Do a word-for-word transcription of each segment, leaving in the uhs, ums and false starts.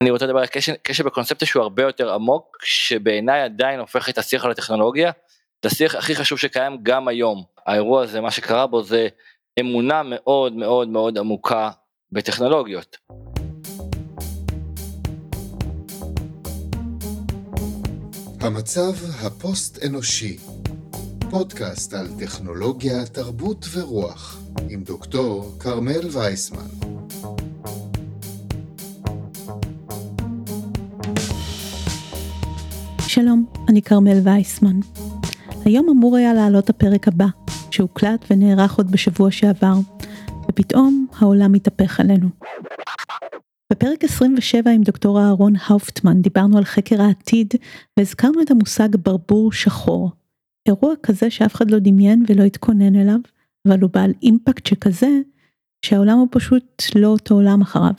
אני רוצה לדבר על קשר, קשר בקונספציה שהוא הרבה יותר עמוק, שבעיניי עדיין הופך את השיח על הטכנולוגיה, לשיח הכי חשוב שקיים גם היום. האירוע הזה, מה שקרה בו זה אמונה מאוד מאוד מאוד עמוקה בטכנולוגיות. המצב הפוסט אנושי, פודקאסט על טכנולוגיה, תרבות ורוח, עם דוקטור קרמל וייסמן. שלום, אני קרמל וייסמן. היום אמור היה לעלות הפרק הבא, שהוקלט ונערך עוד בשבוע שעבר, ופתאום העולם מתהפך עלינו. בפרק עשרים ושבע עם דוקטור אהרון האופטמן דיברנו על חקר העתיד, והזכרנו את המושג ברבור שחור. אירוע כזה שאף אחד לא דמיין ולא התכונן אליו, אבל הוא בעל אימפקט שכזה, שהעולם הוא פשוט לא אותו עולם אחריו.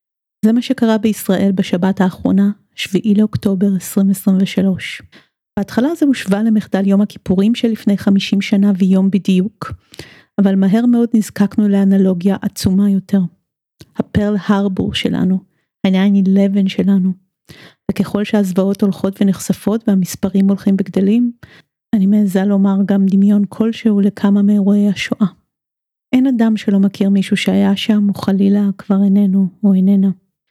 זה מה שקרה בישראל בשבת האחרונה, שביעי לאוקטובר עשרים עשרים ושלוש. בהתחלה זה הושווה למחדל יום הכיפורים של לפני חמישים שנה ויום בדיוק, אבל מהר מאוד נזקקנו לאנלוגיה עצומה יותר. הפרל הרבור שלנו, ה-תשע אחת עשרה שלנו. וככל שהזוועות הולכות ונחשפות והמספרים הולכים בגדלים, אני מעזה לומר גם דמיון כלשהו לכמה מאירועי השואה. אין אדם שלא מכיר מישהו שהיה שם, או חלילה כבר איננו או איננה.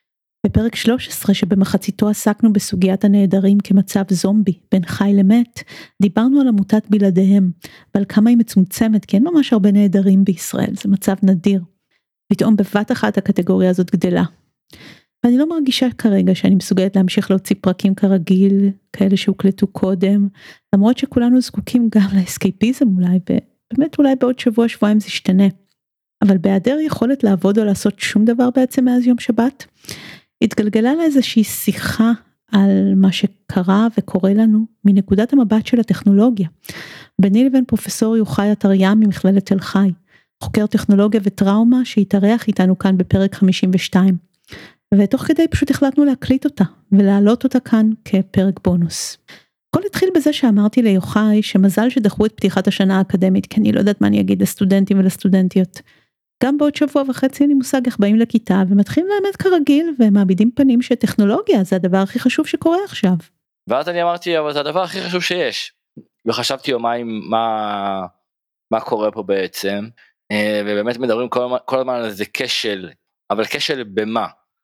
בפרק שלוש עשרה שבמחציתו עסקנו בסוגיית הנעדרים כמצב זומבי, בין חי למת, דיברנו על עמותת בלעדיהם, ועל כמה היא מצומצמת, כי אין ממש הרבה נעדרים בישראל, זה מצב נדיר. פתאום בבת אחת הקטגוריה הזאת גדלה. ואני לא מרגישה כרגע שאני מסוגלת להמשיך להוציא פרקים כרגיל, כאלה שהוקלטו קודם, למרות שכולנו זקוקים גם לאסקייפיזם אולי, באמת אולי בעוד שבוע, שבועיים זה ישתנה. אבל בהיעדר יכולת לעבוד או לעשות שום דבר בעצם מאז יום שבת, התגלגלה לאיזושהי שיחה על מה שקרה וקורה לנו מנקודת המבט של הטכנולוגיה. ביני לבין פרופסור יוחאי עטריה ממכללת תל חי, חוקר טכנולוגיה וטראומה שהתארח איתנו כאן בפרק חמישים ושתיים. ותוך כדי פשוט החלטנו להקליט אותה ולהעלות אותה כאן כפרק בונוס. הכל התחיל בזה שאמרתי ליוחאי שמזל שדחו את פתיחת השנה האקדמית, כי אני לא יודעת מה אני אגיד לסטודנטים ולסטודנטיות. גם בעוד שבוע וחצי אני מושג איך באים לכיתה ומתחילים לאמת כרגיל ומעבידים פנים שטכנולוגיה זה הדבר הכי חשוב שקורה עכשיו. ואז אני אמרתי, אבל זה הדבר הכי חשוב שיש. וחשבתי יומיים מה, מה קורה פה בעצם, ובאמת מדברים כל, כל הזמן על איזה כשל, אבל כשל במה?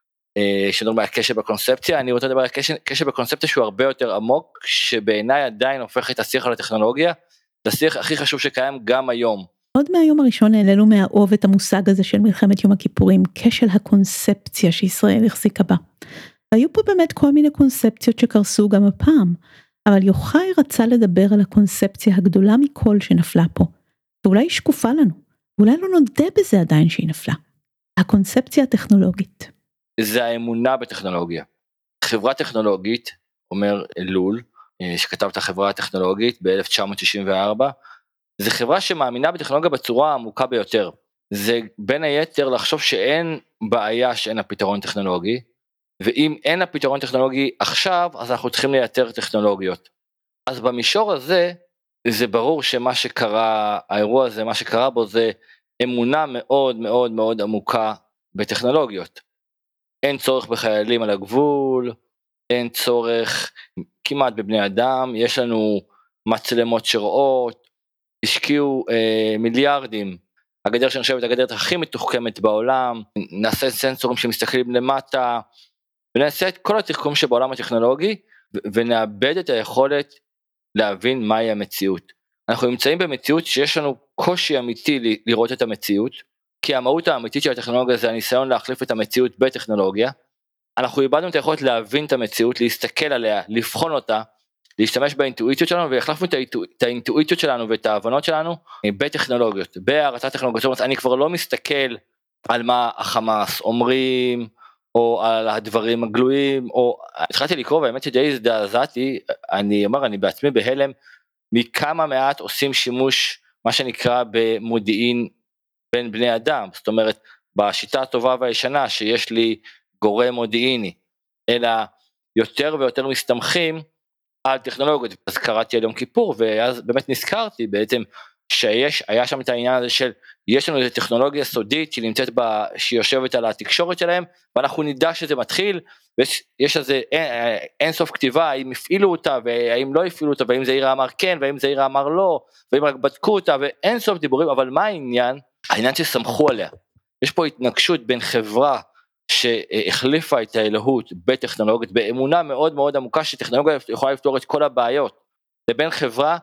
כשנדבר על כשל בקונספציה, אני רוצה לדבר על כשל, כשל בקונספציה שהוא הרבה יותר עמוק, שבעיניי עדיין הופך את השיח על הטכנולוגיה, לשיח הכי חשוב שקיים גם היום. עוד מהיום הראשון העלינו מהאוב את המושג הזה של מלחמת יום הכיפורים, כשל הקונספציה שישראל החזיקה בה. והיו פה באמת כל מיני קונספציות שקרסו גם הפעם, אבל יוחאי רצה לדבר על הקונספציה הגדולה מכל שנפלה פה, ואולי היא שקופה לנו, ואולי לא נודה בזה עדיין שהיא נפלה. הקונספציה הטכנולוגית. זה האמונה בטכנולוגיה. חברה טכנולוגית, אומר אלול, שכתב את החברה הטכנולוגית ב-אלף תשע מאות שישים וארבע, זה חברה שמאמינה בטכנולוגיה בצורה העמוקה ביותר. זה בין היתר לחשוב שאין בעיה שאין הפתרון טכנולוגי, ואם אין הפתרון טכנולוגי עכשיו, אז אנחנו צריכים לייתר טכנולוגיות. אז במישור הזה, זה ברור שמה שקרה, האירוע הזה, מה שקרה בו זה אמונה מאוד מאוד מאוד עמוקה בטכנולוגיות. אין צורך בחיילים על הגבול, אין צורך כמעט בבני אדם, יש לנו מצלמות שרואות, השקיעו אה, מיליארדים, הגדר שנחשבת הגדרת הכי מתוחכמת בעולם, נעשה סנסורים שמסתכלים למטה, ונעשה את כל התחכום שבעולם הטכנולוגי, ו- ונאבד את היכולת להבין מהי המציאות. אנחנו נמצאים במציאות שיש לנו קושי אמיתי ל- לראות את המציאות, כי המהות האמיתית של הטכנולוגיה זה הניסיון להחליף את המציאות בטכנולוגיה, אנחנו איבדנו את היכולת להבין את המציאות, להסתכל עליה, לבחון אותה, להשתמש באינטואיציות שלנו, והחלפנו את האינטואיציות שלנו ואת ההבנות שלנו בטכנולוגיות, בהרצת טכנולוגיות. זאת אומרת, אני כבר לא מסתכל על מה החמאס אומרים, או על הדברים הגלויים, או התחלתי לקרוא, והאמת שדי הזדעזעתי, אני אומר, אני בעצמי בהלם, מכמה מעט עושים שימוש, מה שנקרא במודיעין בין בני אדם, זאת אומרת, בשיטה הטובה והישנה, שיש לי גורם מודיעיני, אלא יותר ויותר מסתמכים, על טכנולוגיות. אז קראתי על יום כיפור, ואז באמת נזכרתי בעצם שיש, היה שם את העניין הזה של, יש לנו איזו טכנולוגיה סודית, שהיא נמצאת בה, שהיא יושבת על התקשורת שלהם, ואנחנו נדע שזה מתחיל, ויש יש איזה אין, אין סוף כתיבה, האם הפעילו אותה, והאם לא הפעילו אותה, והאם זעירה אמר כן, והאם זעירה אמר לא, והאם רק בדקו אותה, ואין סוף דיבורים, אבל מה העניין? העניין שסמכו עליה. יש פה התנגשות בין חברה, שהחליפה את האלוהות בטכנולוגיות, באמונה מאוד מאוד עמוקה, שטכנולוגיה יכולה לפתור את כל הבעיות, לבין חברה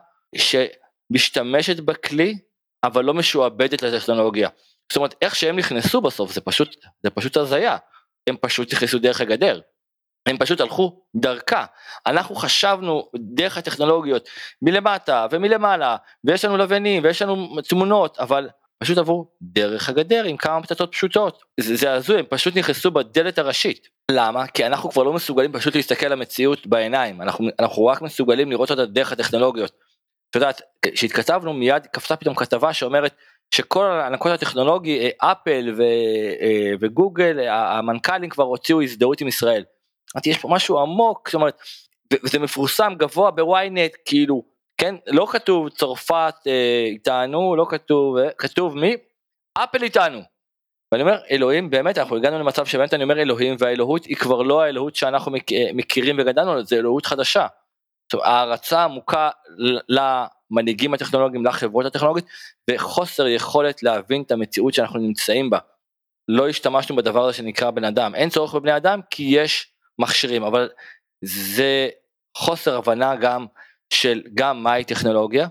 שמשתמשת בכלי, אבל לא משועבדת לטכנולוגיה. זאת אומרת, איך שהם נכנסו בסוף, זה פשוט, זה פשוט הזיה. הם פשוט נכנסו דרך הגדר. הם פשוט הלכו דרכה. אנחנו חשבנו דרך הטכנולוגיות, מלמטה ומלמעלה, ויש לנו לבנים, ויש לנו תמונות, אבל פשוט עברו דרך הגדר, עם כמה פצצות פשוטות. זה, זה הזוי, הם פשוט נכנסו בדלת הראשית. למה? כי אנחנו כבר לא מסוגלים פשוט להסתכל על המציאות בעיניים. אנחנו, אנחנו רק מסוגלים לראות אותה דרך הטכנולוגיות. אתה יודעת, כשהתכתבנו מיד קפצה פתאום כתבה שאומרת שכל הנקות הטכנולוגי, אפל ו- וגוגל, המנכ"לים כבר הוציאו הזדהות עם ישראל. יש פה משהו עמוק, זאת אומרת, וזה מפורסם גבוה בוויינט, כאילו, כן, לא כתוב צרפת איתנו, לא כתוב, כתוב מי? אפל איתנו. ואני אומר, אלוהים, באמת, אנחנו הגענו למצב שבאמת אני אומר אלוהים, והאלוהות היא כבר לא האלוהות שאנחנו מכירים וגדלנו, זה אלוהות חדשה. זאת אומרת, ההרצה עמוקה למנהיגים הטכנולוגיים, לחברות הטכנולוגיות, וחוסר יכולת להבין את המציאות שאנחנו נמצאים בה. לא השתמשנו בדבר הזה שנקרא בן אדם. אין צורך בבני אדם, כי יש מכשירים, אבל זה חוסר הבנה גם של גם מהי טכנולוגיה,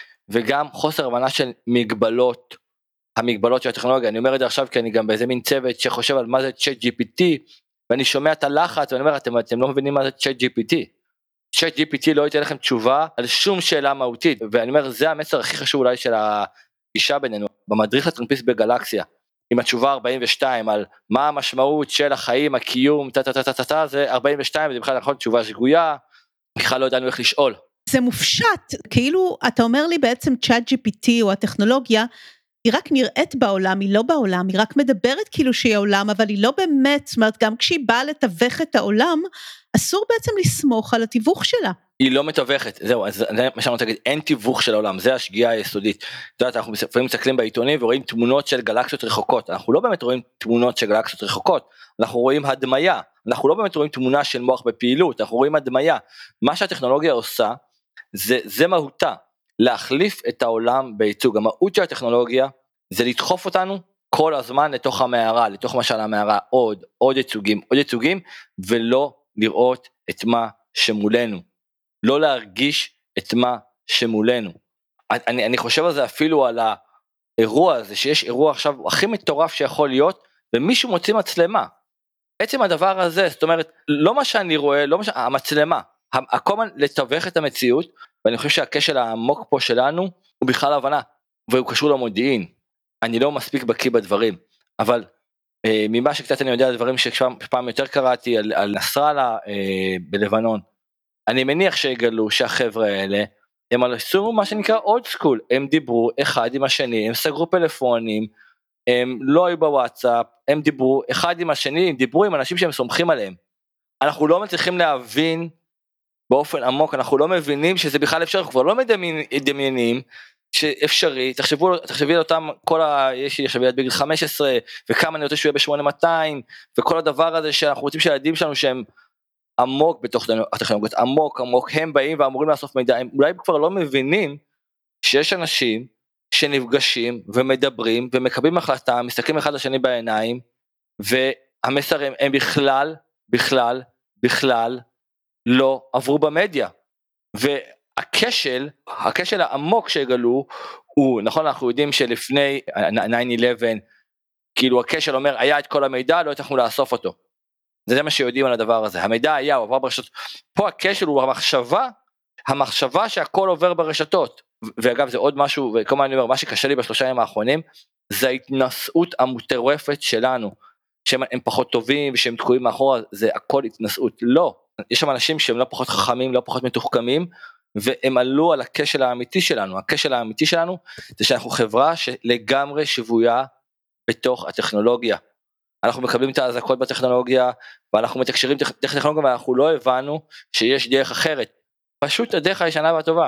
וגם חוסר הבנה של מגבלות, המגבלות של הטכנולוגיה. אני אומר את זה עכשיו, כי אני גם באיזה מין צוות שחושב על מה זה צ'אט ג'י פי טי, ואני שומע את הלחץ, ואני אומר, אתם, אתם לא מבינים מה זה צ'אט ג'י פי טי. צ'אט ג'י פי טי לא ייתן לכם תשובה על שום שאלה מהותית, ואני אומר, זה המסר הכי חשוב אולי של הפגישה בינינו, במדריך לטרמפיסט בגלקסיה, עם התשובה ארבעים ושתיים, על מה המשמעות של החיים, הקיום, טה-טה-טה-טה-טה, זה ארבעים ושתיים, וזה בכלל נכון, תשובה שגויה, בכלל לא ידענו איך לשאול. זה מופשט, כאילו אתה אומר לי בעצם צ'אט ג'י פי טי או הטכנולוגיה, היא רק נראית בעולם, היא לא בעולם, היא רק מדברת כאילו שהיא העולם, אבל היא לא באמת, זאת אומרת, גם כשהיא באה לתווך את העולם, אסור בעצם לסמוך על התיווך שלה. היא לא מתווכת, זהו, אז מה שאני רוצה להגיד, אין תיווך של העולם, זה השגיאה היסודית. אתה יודעת, אנחנו לפעמים מסתכלים בעיתונים ורואים תמונות של גלקסיות רחוקות, אנחנו לא באמת רואים תמונות של גלקסיות רחוקות, אנחנו רואים הדמיה, אנחנו לא באמת רואים תמונה של מוח בפעילות, אנחנו רואים הדמיה. מה שהטכנולוגיה עושה, זה, זה מהותה, להחליף את העולם בייצוג. המהות של הטכנולוגיה זה לדחוף אותנו כל הזמן לתוך המערה, לתוך משל המערה, עוד, עוד ייצוגים, עוד ייצוגים, ולא לראות את מה שמולנו, לא להרגיש את מה שמולנו. אני, אני חושב על זה אפילו על האירוע הזה, שיש אירוע עכשיו הכי מטורף שיכול להיות, ומישהו מוציא מצלמה. עצם הדבר הזה, זאת אומרת, לא מה שאני רואה, לא מה ש... המצלמה, הכל לתווך את המציאות, ואני חושב שהקשר העמוק פה שלנו, הוא בכלל הבנה, והוא קשור למודיעין. אני לא מספיק בקיא בדברים, אבל אה, ממה שקצת אני יודע על דברים שפעם יותר קראתי, על, על נסראללה אה, בלבנון, אני מניח שיגלו שהחבר'ה האלה, הם עשו מה שנקרא אולד סקול, הם דיברו אחד עם השני, הם סגרו פלאפונים, הם לא היו בוואטסאפ, הם דיברו אחד עם השני, הם דיברו עם אנשים שהם סומכים עליהם. אנחנו לא מצליחים להבין באופן עמוק, אנחנו לא מבינים שזה בכלל אפשר, אנחנו כבר לא מדמיינים שאפשרי, תחשבו, תחשבי על אותם, כל ה... יש לי עכשיו ילד בגיל חמש עשרה, וכמה אני רוצה שהוא יהיה ב-שמונה מאתיים, וכל הדבר הזה שאנחנו רוצים שהילדים שלנו שהם עמוק בתוך הטכנולוגיות, עמוק עמוק, הם באים ואמורים לאסוף מידע, הם אולי כבר לא מבינים שיש אנשים שנפגשים ומדברים ומקבלים החלטה, מסתכלים אחד לשני בעיניים, והמסר הם, הם בכלל, בכלל, בכלל לא עברו במדיה, והכשל, הכשל העמוק שהגלו, הוא, נכון, אנחנו יודעים שלפני תשע אחת עשרה, כאילו הכשל אומר, היה את כל המידע, לא הצלחנו לאסוף אותו, זה מה שיודעים על הדבר הזה, המידע היה, הוא עבר ברשתות, פה הכשל הוא המחשבה, המחשבה שהכל עובר ברשתות, ואגב זה עוד משהו, וכמה אני אומר, מה שקשה לי בשלושה ימים האחרונים, זה ההתנסות המוטרפת שלנו, שהם פחות טובים, ושהם תקועים מאחורה, זה הכל התנסות, לא, יש שם אנשים שהם לא פחות חכמים, לא פחות מתוחכמים, והם עלו על הכשל האמיתי שלנו, הכשל האמיתי שלנו, זה שאנחנו חברה שלגמרי שבויה, בתוך הטכנולוגיה, אנחנו מקבלים את ההזקות בטכנולוגיה, ואנחנו מתקשרים דרך טכנולוגיה, ואנחנו לא הבנו שיש דרך אחרת, פשוט הדרך הישנה והטובה.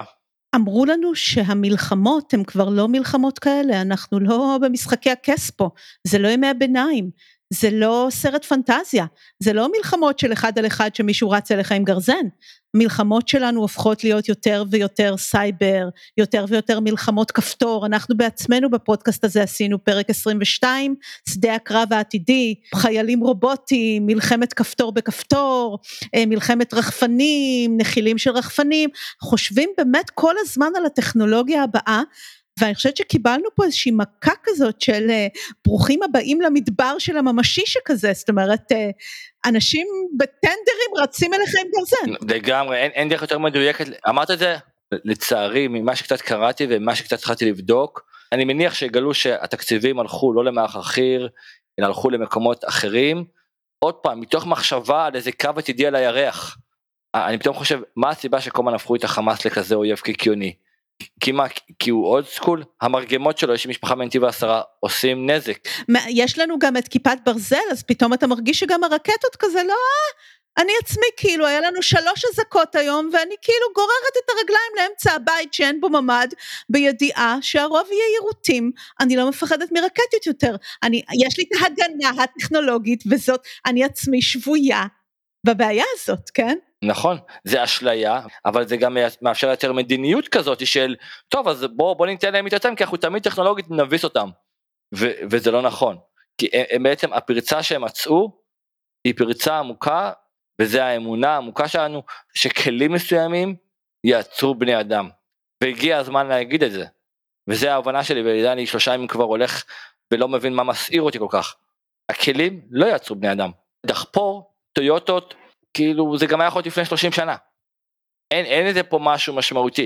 אמרו לנו שהמלחמות הן כבר לא מלחמות כאלה, אנחנו לא במשחקי הכס פה, זה לא ימי הביניים, זה לא סרט פנטזיה, זה לא מלחמות של אחד על אחד שמישהו רץ אליך עם גרזן, מלחמות שלנו הופכות להיות יותר ויותר סייבר, יותר ויותר מלחמות כפתור, אנחנו בעצמנו בפודקאסט הזה עשינו פרק עשרים ושתיים, שדה הקרב העתידי, חיילים רובוטיים, מלחמת כפתור בכפתור, מלחמת רחפנים, נחילים של רחפנים, חושבים באמת כל הזמן על הטכנולוגיה הבאה, ואני חושבת שקיבלנו פה איזושהי מכה כזאת של ברוכים הבאים למדבר של הממשי שכזה, זאת אומרת, אנשים בטנדרים רצים אליך עם גרזן. לגמרי, אין, אין דרך יותר מדויקת, אמרת את זה, לצערי, ממה שקצת קראתי ומה שקצת התחלתי לבדוק, אני מניח שיגלו שהתקציבים הלכו לא למערך אחר, אלא הלכו למקומות אחרים, עוד פעם, מתוך מחשבה על איזה קו עתידי על הירח, אני פתאום חושב, מה הסיבה שכל הזמן הפכו את החמאס לכזה אויב קיקיוני? כי מה, כי הוא עוד סקול, המרגמות שלו, יש משפחה בנתיב העשרה, עושים נזק. יש לנו גם את כיפת ברזל, אז פתאום אתה מרגיש שגם הרקטות כזה, לא, אני עצמי כאילו, היה לנו שלוש אזעקות היום, ואני כאילו גוררת את הרגליים לאמצע הבית, שאין בו ממד, בידיעה שהרוב יהיה יירוטים, אני לא מפחדת מרקטיות יותר, אני, יש לי את ההגנה הטכנולוגית, וזאת, אני עצמי שבויה, בבעיה הזאת, כן? נכון, זה אשליה, אבל זה גם מאפשר יותר מדיניות כזאת של, טוב, אז בוא, בוא ניתן להם להתעצם, כי אנחנו תמיד טכנולוגית נביס אותם, ו- וזה לא נכון, כי הם, בעצם הפרצה שהם מצאו, היא פרצה עמוקה, וזה האמונה העמוקה שלנו, שכלים מסוימים יעצרו בני אדם, והגיע הזמן להגיד את זה, וזה ההבנה שלי, ואני שלושה ימים כבר הולך, ולא מבין מה מסעיר אותי כל כך, הכלים לא יעצרו בני אדם, דחפור, טויוטות, כאילו זה גם היה יכול להיות לפני שלושים שנה, אין, אין איזה פה משהו משמעותי,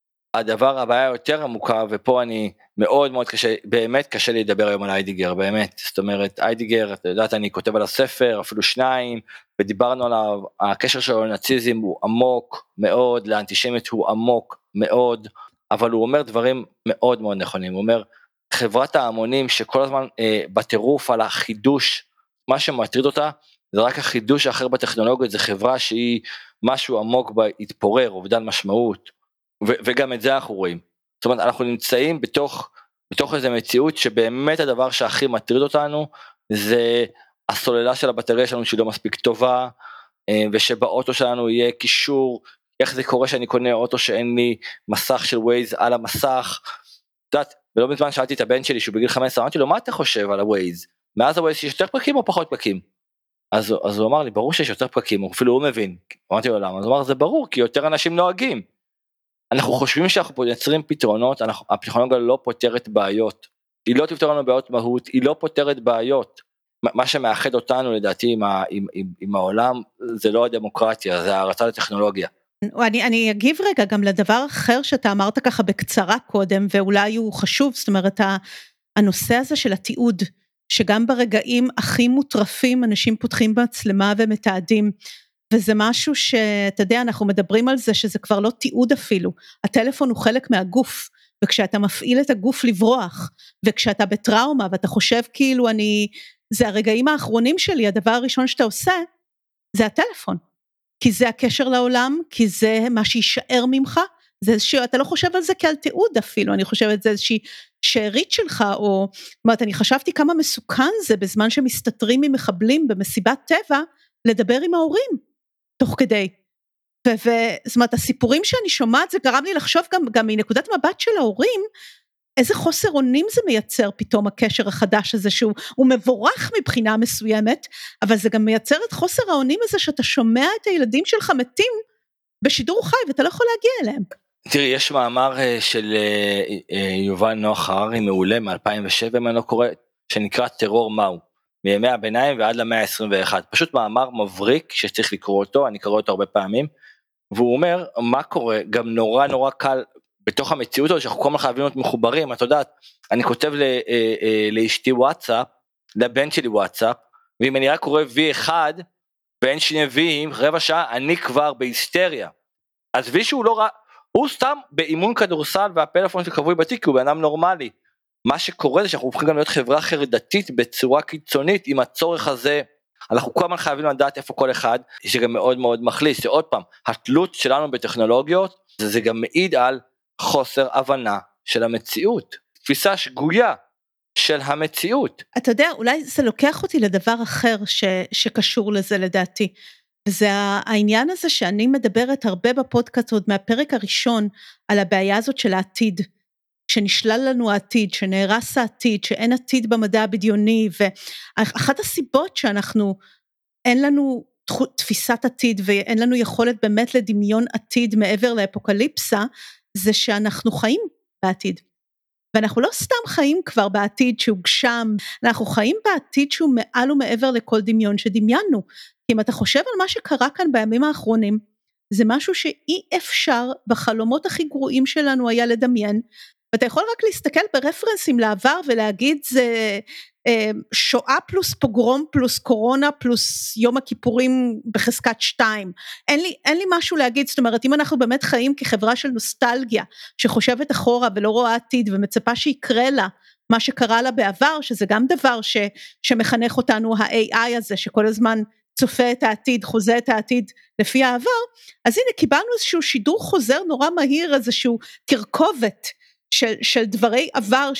הדבר הבעיה יותר עמוקה, ופה אני מאוד מאוד קשה, באמת קשה לי לדבר היום על איידיגר, באמת, זאת אומרת, איידיגר, אתה יודעת, אני כותב על הספר, אפילו שניים, ודיברנו עליו, הקשר שלו לנאציזם הוא עמוק מאוד, לאנטישמיות הוא עמוק מאוד, אבל הוא אומר דברים מאוד מאוד נכונים, הוא אומר, חברת ההמונים שכל הזמן אה, בטירוף על החידוש, מה שמטריד אותה, זה רק החידוש האחר בטכנולוגיות, זה חברה שהיא משהו עמוק בהתפורר, אובדן משמעות, ו- וגם את זה אנחנו רואים. זאת אומרת, אנחנו נמצאים בתוך, בתוך איזו מציאות, שבאמת הדבר שהכי מטריד אותנו, זה הסוללה של הבטריה שלנו שהיא לא מספיק טובה, ושבאוטו שלנו יהיה קישור, איך זה קורה שאני קונה אוטו שאין לי מסך של ווייז על המסך, את יודעת, ולא מזמן שאלתי את הבן שלי, שהוא בגיל חמש עשרה, אמרתי לו, מה אתה חושב על הווייז? מאז הווייז יש יותר פרקים או פחות פרקים? אז, אז הוא אמר לי, ברור שיש יותר פרקים, אפילו הוא מבין, אמרתי לו למה, אז הוא אמר, זה ברור, כי יותר אנשים נוהגים, אנחנו חושבים שאנחנו פה יוצרים פתרונות, אנחנו, הפסיכולוגיה לא פותרת בעיות, היא לא תפתור לנו בעיות מהות, היא לא פותרת בעיות, מה שמאחד אותנו לדעתי עם, ה, עם, עם, עם העולם, זה לא הדמוקרטיה, זה הערצה לטכנולוגיה. אני, אני אגיב רגע גם לדבר אחר שאתה אמרת ככה בקצרה קודם, ואולי הוא חשוב, זאת אומרת, הנושא הזה של התיעוד, שגם ברגעים הכי מוטרפים, אנשים פותחים מצלמה ומתעדים, וזה משהו שאתה יודע, אנחנו מדברים על זה, שזה כבר לא תיעוד אפילו, הטלפון הוא חלק מהגוף, וכשאתה מפעיל את הגוף לברוח, וכשאתה בטראומה, ואתה חושב כאילו אני, זה הרגעים האחרונים שלי, הדבר הראשון שאתה עושה, זה הטלפון, כי זה הקשר לעולם, כי זה מה שישאר ממך, זה איזשהו, אתה לא חושב על זה כעל תיעוד אפילו, אני חושבת זה איזושהי שארית שלך, או, זאת אומרת, אני חשבתי כמה מסוכן זה, בזמן שמסתתרים ממחבלים במסיבת טבע, לדבר עם ההורים, תוך כדי, וזאת אומרת, הסיפורים שאני שומעת, זה גרם לי לחשוב גם, גם מנקודת מבט של ההורים, איזה חוסר אונים זה מייצר פתאום הקשר החדש הזה, שהוא מבורך מבחינה מסוימת, אבל זה גם מייצר את חוסר האונים הזה, שאתה שומע את הילדים שלך מתים, בשידור חי, ואתה לא יכול להגיע אליהם. תראי, יש מאמר של יובל נוח הררי, מעולה, מ-אלפיים ושבע, אם אני לא קורא, שנקרא טרור מהו, מימי הביניים ועד למאה ה-עשרים ואחת, פשוט מאמר מבריק, שצריך לקרוא אותו, אני קורא אותו הרבה פעמים, והוא אומר, מה קורה, גם נורא נורא קל, בתוך המציאות הזאת, שאנחנו כל הזמן חייבים להיות מחוברים, את יודעת, אני כותב לאשתי וואטסאפ, לבן שלי וואטסאפ, ואם אני רק קורא וי אחד, בין שני ויים, רבע שעה, אני כבר בהיסטריה, אז וי שהוא לא רע, הוא סתם באימון כדורסל, והפלאפון שקבוי בתיק, הוא באדם נורמלי, מה שקורה זה שאנחנו הופכים גם להיות חברה חרדתית, בצורה קיצונית, עם הצורך הזה, אנחנו כל הזמן חייבים לדעת איפה כל אחד, שגם מאוד מאוד מחליש, זה עוד פעם, התלות שלנו בטכנולוגיות, זה, זה גם מעיד על חוסר הבנה של המציאות, תפיסה שגויה של המציאות. אתה יודע, אולי זה לוקח אותי לדבר אחר ש, שקשור לזה לדעתי, וזה העניין הזה שאני מדברת הרבה בפודקאסט עוד מהפרק הראשון, על הבעיה הזאת של העתיד, שנשלל לנו העתיד, שנהרס העתיד, שאין עתיד במדע הבדיוני, ואחת הסיבות שאנחנו, אין לנו תפיסת עתיד, ואין לנו יכולת באמת לדמיון עתיד מעבר לאפוקליפסה, זה שאנחנו חיים בעתיד. ואנחנו לא סתם חיים כבר בעתיד שהוגשם, אנחנו חיים בעתיד שהוא מעל ומעבר לכל דמיון שדמיינו. כי אם אתה חושב על מה שקרה כאן בימים האחרונים, זה משהו שאי אפשר בחלומות הכי גרועים שלנו היה לדמיין, ואתה יכול רק להסתכל ברפרנסים לעבר ולהגיד זה שואה פלוס פוגרום פלוס קורונה פלוס יום הכיפורים בחזקת שתיים. אין לי, אין לי משהו להגיד, זאת אומרת, אם אנחנו באמת חיים כחברה של נוסטלגיה, שחושבת אחורה ולא רואה עתיד ומצפה שיקרה לה מה שקרה לה בעבר, שזה גם דבר ש, שמחנך אותנו ה-איי איי הזה, שכל הזמן צופה את העתיד, חוזה את העתיד לפי העבר, אז הנה קיבלנו איזשהו שידור חוזר נורא מהיר, איזשהו תרכובת של, של דברי עבר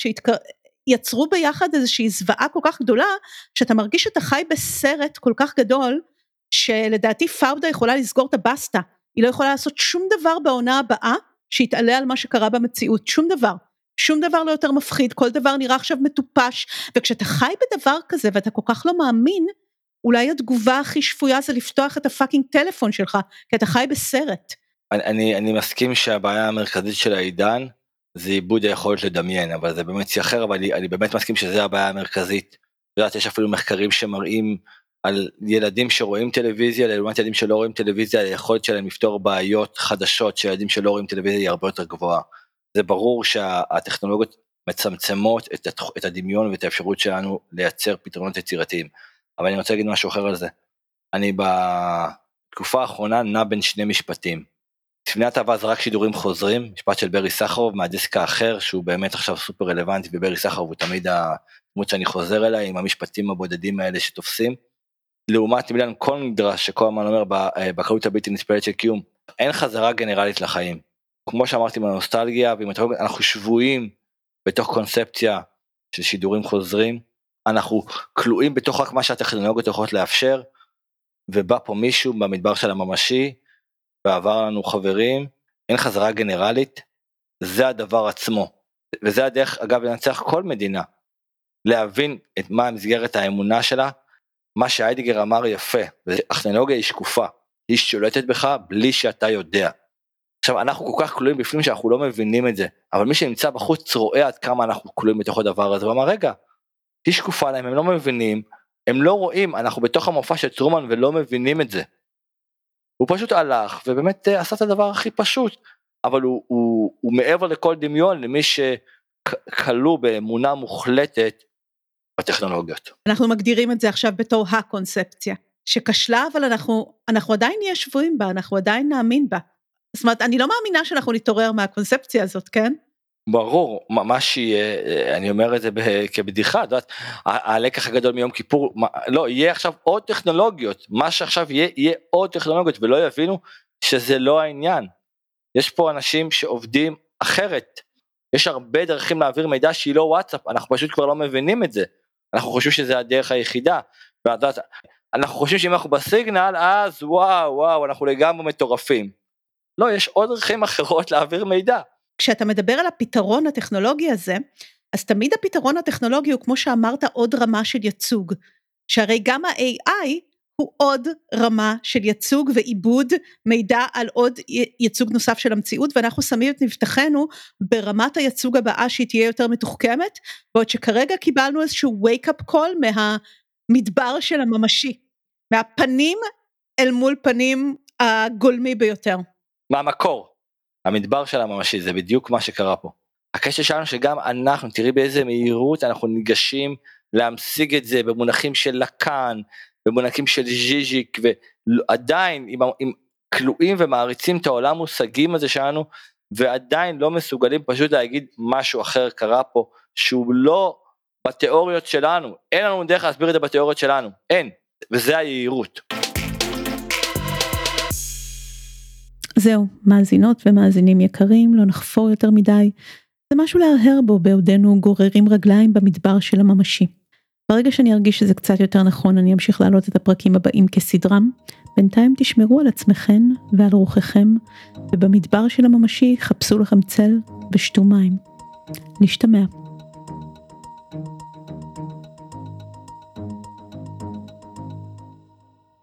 שיצרו ביחד איזושהי זוועה כל כך גדולה, שאתה מרגיש שאתה חי בסרט כל כך גדול, שלדעתי פאודה יכולה לסגור את הבסטה, היא לא יכולה לעשות שום דבר בעונה הבאה, שיתעלה על מה שקרה במציאות, שום דבר, שום דבר לא יותר מפחיד, כל דבר נראה עכשיו מטופש, וכשאתה חי בדבר כזה, ואתה כל כך לא מאמין, אולי התגובה הכי שפויה זה לפתוח את הפאקינג טלפון שלך, כי אתה חי בסרט. אני, אני, אני מסכים שהבעיה המרכזית של העידן, זה איבוד היכולת לדמיין, אבל זה באמת שיחר, אבל אני, אני באמת מסכים שזה הבעיה המרכזית. יודעת, יש אפילו מחקרים שמראים על ילדים שרואים טלוויזיה, לעומת ילדים שלא רואים טלוויזיה, היכולת שלהם לפתור בעיות חדשות, שילדים שלא רואים טלוויזיה היא הרבה יותר גבוהה. זה ברור שהטכנולוגיות מצמצמות את, את הדמיון ואת האפשרות שלנו לייצר פתרונות יצירתיים. אבל אני רוצה להגיד משהו אחר על זה. אני בתקופה האחרונה נע בין שני משפטים. ספינת אהבה זה רק שידורים חוזרים, משפט של ברי סחרוב מהדיסק האחר, שהוא באמת עכשיו סופר רלוונטי, וברי סחרוב הוא תמיד הדמות שאני חוזר אליה, עם המשפטים הבודדים האלה שתופסים. לעומת מילן כל נדרש, שכל הזמן אומר, בקלות הבלתי נסבלת של קיום, אין חזרה גנרלית לחיים. כמו שאמרתי מהנוסטלגיה, אנחנו שבויים בתוך קונספציה של שידורים חוזרים, אנחנו כלואים בתוך רק מה שהטכנולוגיות יכולות לאפשר, ובא פה מישהו במדבר של הממשי, ועבר לנו חברים, אין חזרה גנרלית, זה הדבר עצמו, וזה הדרך אגב לנצח כל מדינה, להבין את מה המסגרת האמונה שלה, מה שהיידיגר אמר יפה, והטכנולוגיה היא שקופה, היא שולטת בך בלי שאתה יודע. עכשיו אנחנו כל כך כלואים בפנים שאנחנו לא מבינים את זה, אבל מי שנמצא בחוץ רואה עד כמה אנחנו כלואים בתוך הדבר הזה, ואמר רגע, היא שקופה להם, הם לא מבינים, הם לא רואים, אנחנו בתוך המופע של טרומן ולא מבינים את זה. הוא פשוט הלך ובאמת עשה את הדבר הכי פשוט, אבל הוא, הוא, הוא מעבר לכל דמיון למי שכלוא באמונה מוחלטת בטכנולוגיות. אנחנו מגדירים את זה עכשיו בתור הקונספציה, שכשלה אבל אנחנו, אנחנו עדיין נהיה שבויים בה, אנחנו עדיין נאמין בה. זאת אומרת, אני לא מאמינה שאנחנו נתעורר מהקונספציה הזאת, כן? ברור, מה שיהיה, אני אומר את זה כבדיחה, את יודעת, הלקח הגדול מיום כיפור, לא, יהיה עכשיו עוד טכנולוגיות, מה שעכשיו יהיה, יהיה עוד טכנולוגיות, ולא יבינו שזה לא העניין. יש פה אנשים שעובדים אחרת, יש הרבה דרכים להעביר מידע שהיא לא וואטסאפ, אנחנו פשוט כבר לא מבינים את זה, אנחנו חושבים שזה הדרך היחידה, ואת יודעת, אנחנו חושבים שאם אנחנו בסיגנל, אז וואו, וואו, אנחנו לגמרי מטורפים. לא, יש עוד דרכים אחרות להעביר מידע. כשאתה מדבר על הפתרון הטכנולוגי הזה, אז תמיד הפתרון הטכנולוגי הוא כמו שאמרת עוד רמה של ייצוג, שהרי גם ה-איי איי הוא עוד רמה של ייצוג ועיבוד מידע על עוד ייצוג נוסף של המציאות, ואנחנו שמים את מבטחנו ברמת הייצוג הבאה שהיא תהיה יותר מתוחכמת, בעוד שכרגע קיבלנו איזשהו wake-up call מהמדבר של הממשי, מהפנים אל מול פנים הגולמי ביותר. מהמקור. המדבר של הממשי, זה בדיוק מה שקרה פה. הקשר שלנו שגם אנחנו, תראי באיזה מהירות אנחנו ניגשים להמשיג את זה במונחים של לקן, במונחים של ז'יז'יק, ועדיין עם, עם כלואים ומעריצים את העולם מושגים הזה שלנו, ועדיין לא מסוגלים פשוט להגיד משהו אחר קרה פה, שהוא לא בתיאוריות שלנו, אין לנו דרך להסביר את זה בתיאוריות שלנו, אין, וזה היהירות. זהו, מאזינות ומאזינים יקרים, לא נחפור יותר מדי. זה משהו להרהר בו בעודנו גוררים רגליים במדבר של הממשי. ברגע שאני ארגיש שזה קצת יותר נכון, אני אמשיך להעלות את הפרקים הבאים כסדרם. בינתיים תשמרו על עצמכם ועל רוחכם, ובמדבר של הממשי חפשו לכם צל ושתו מים. נשתמע.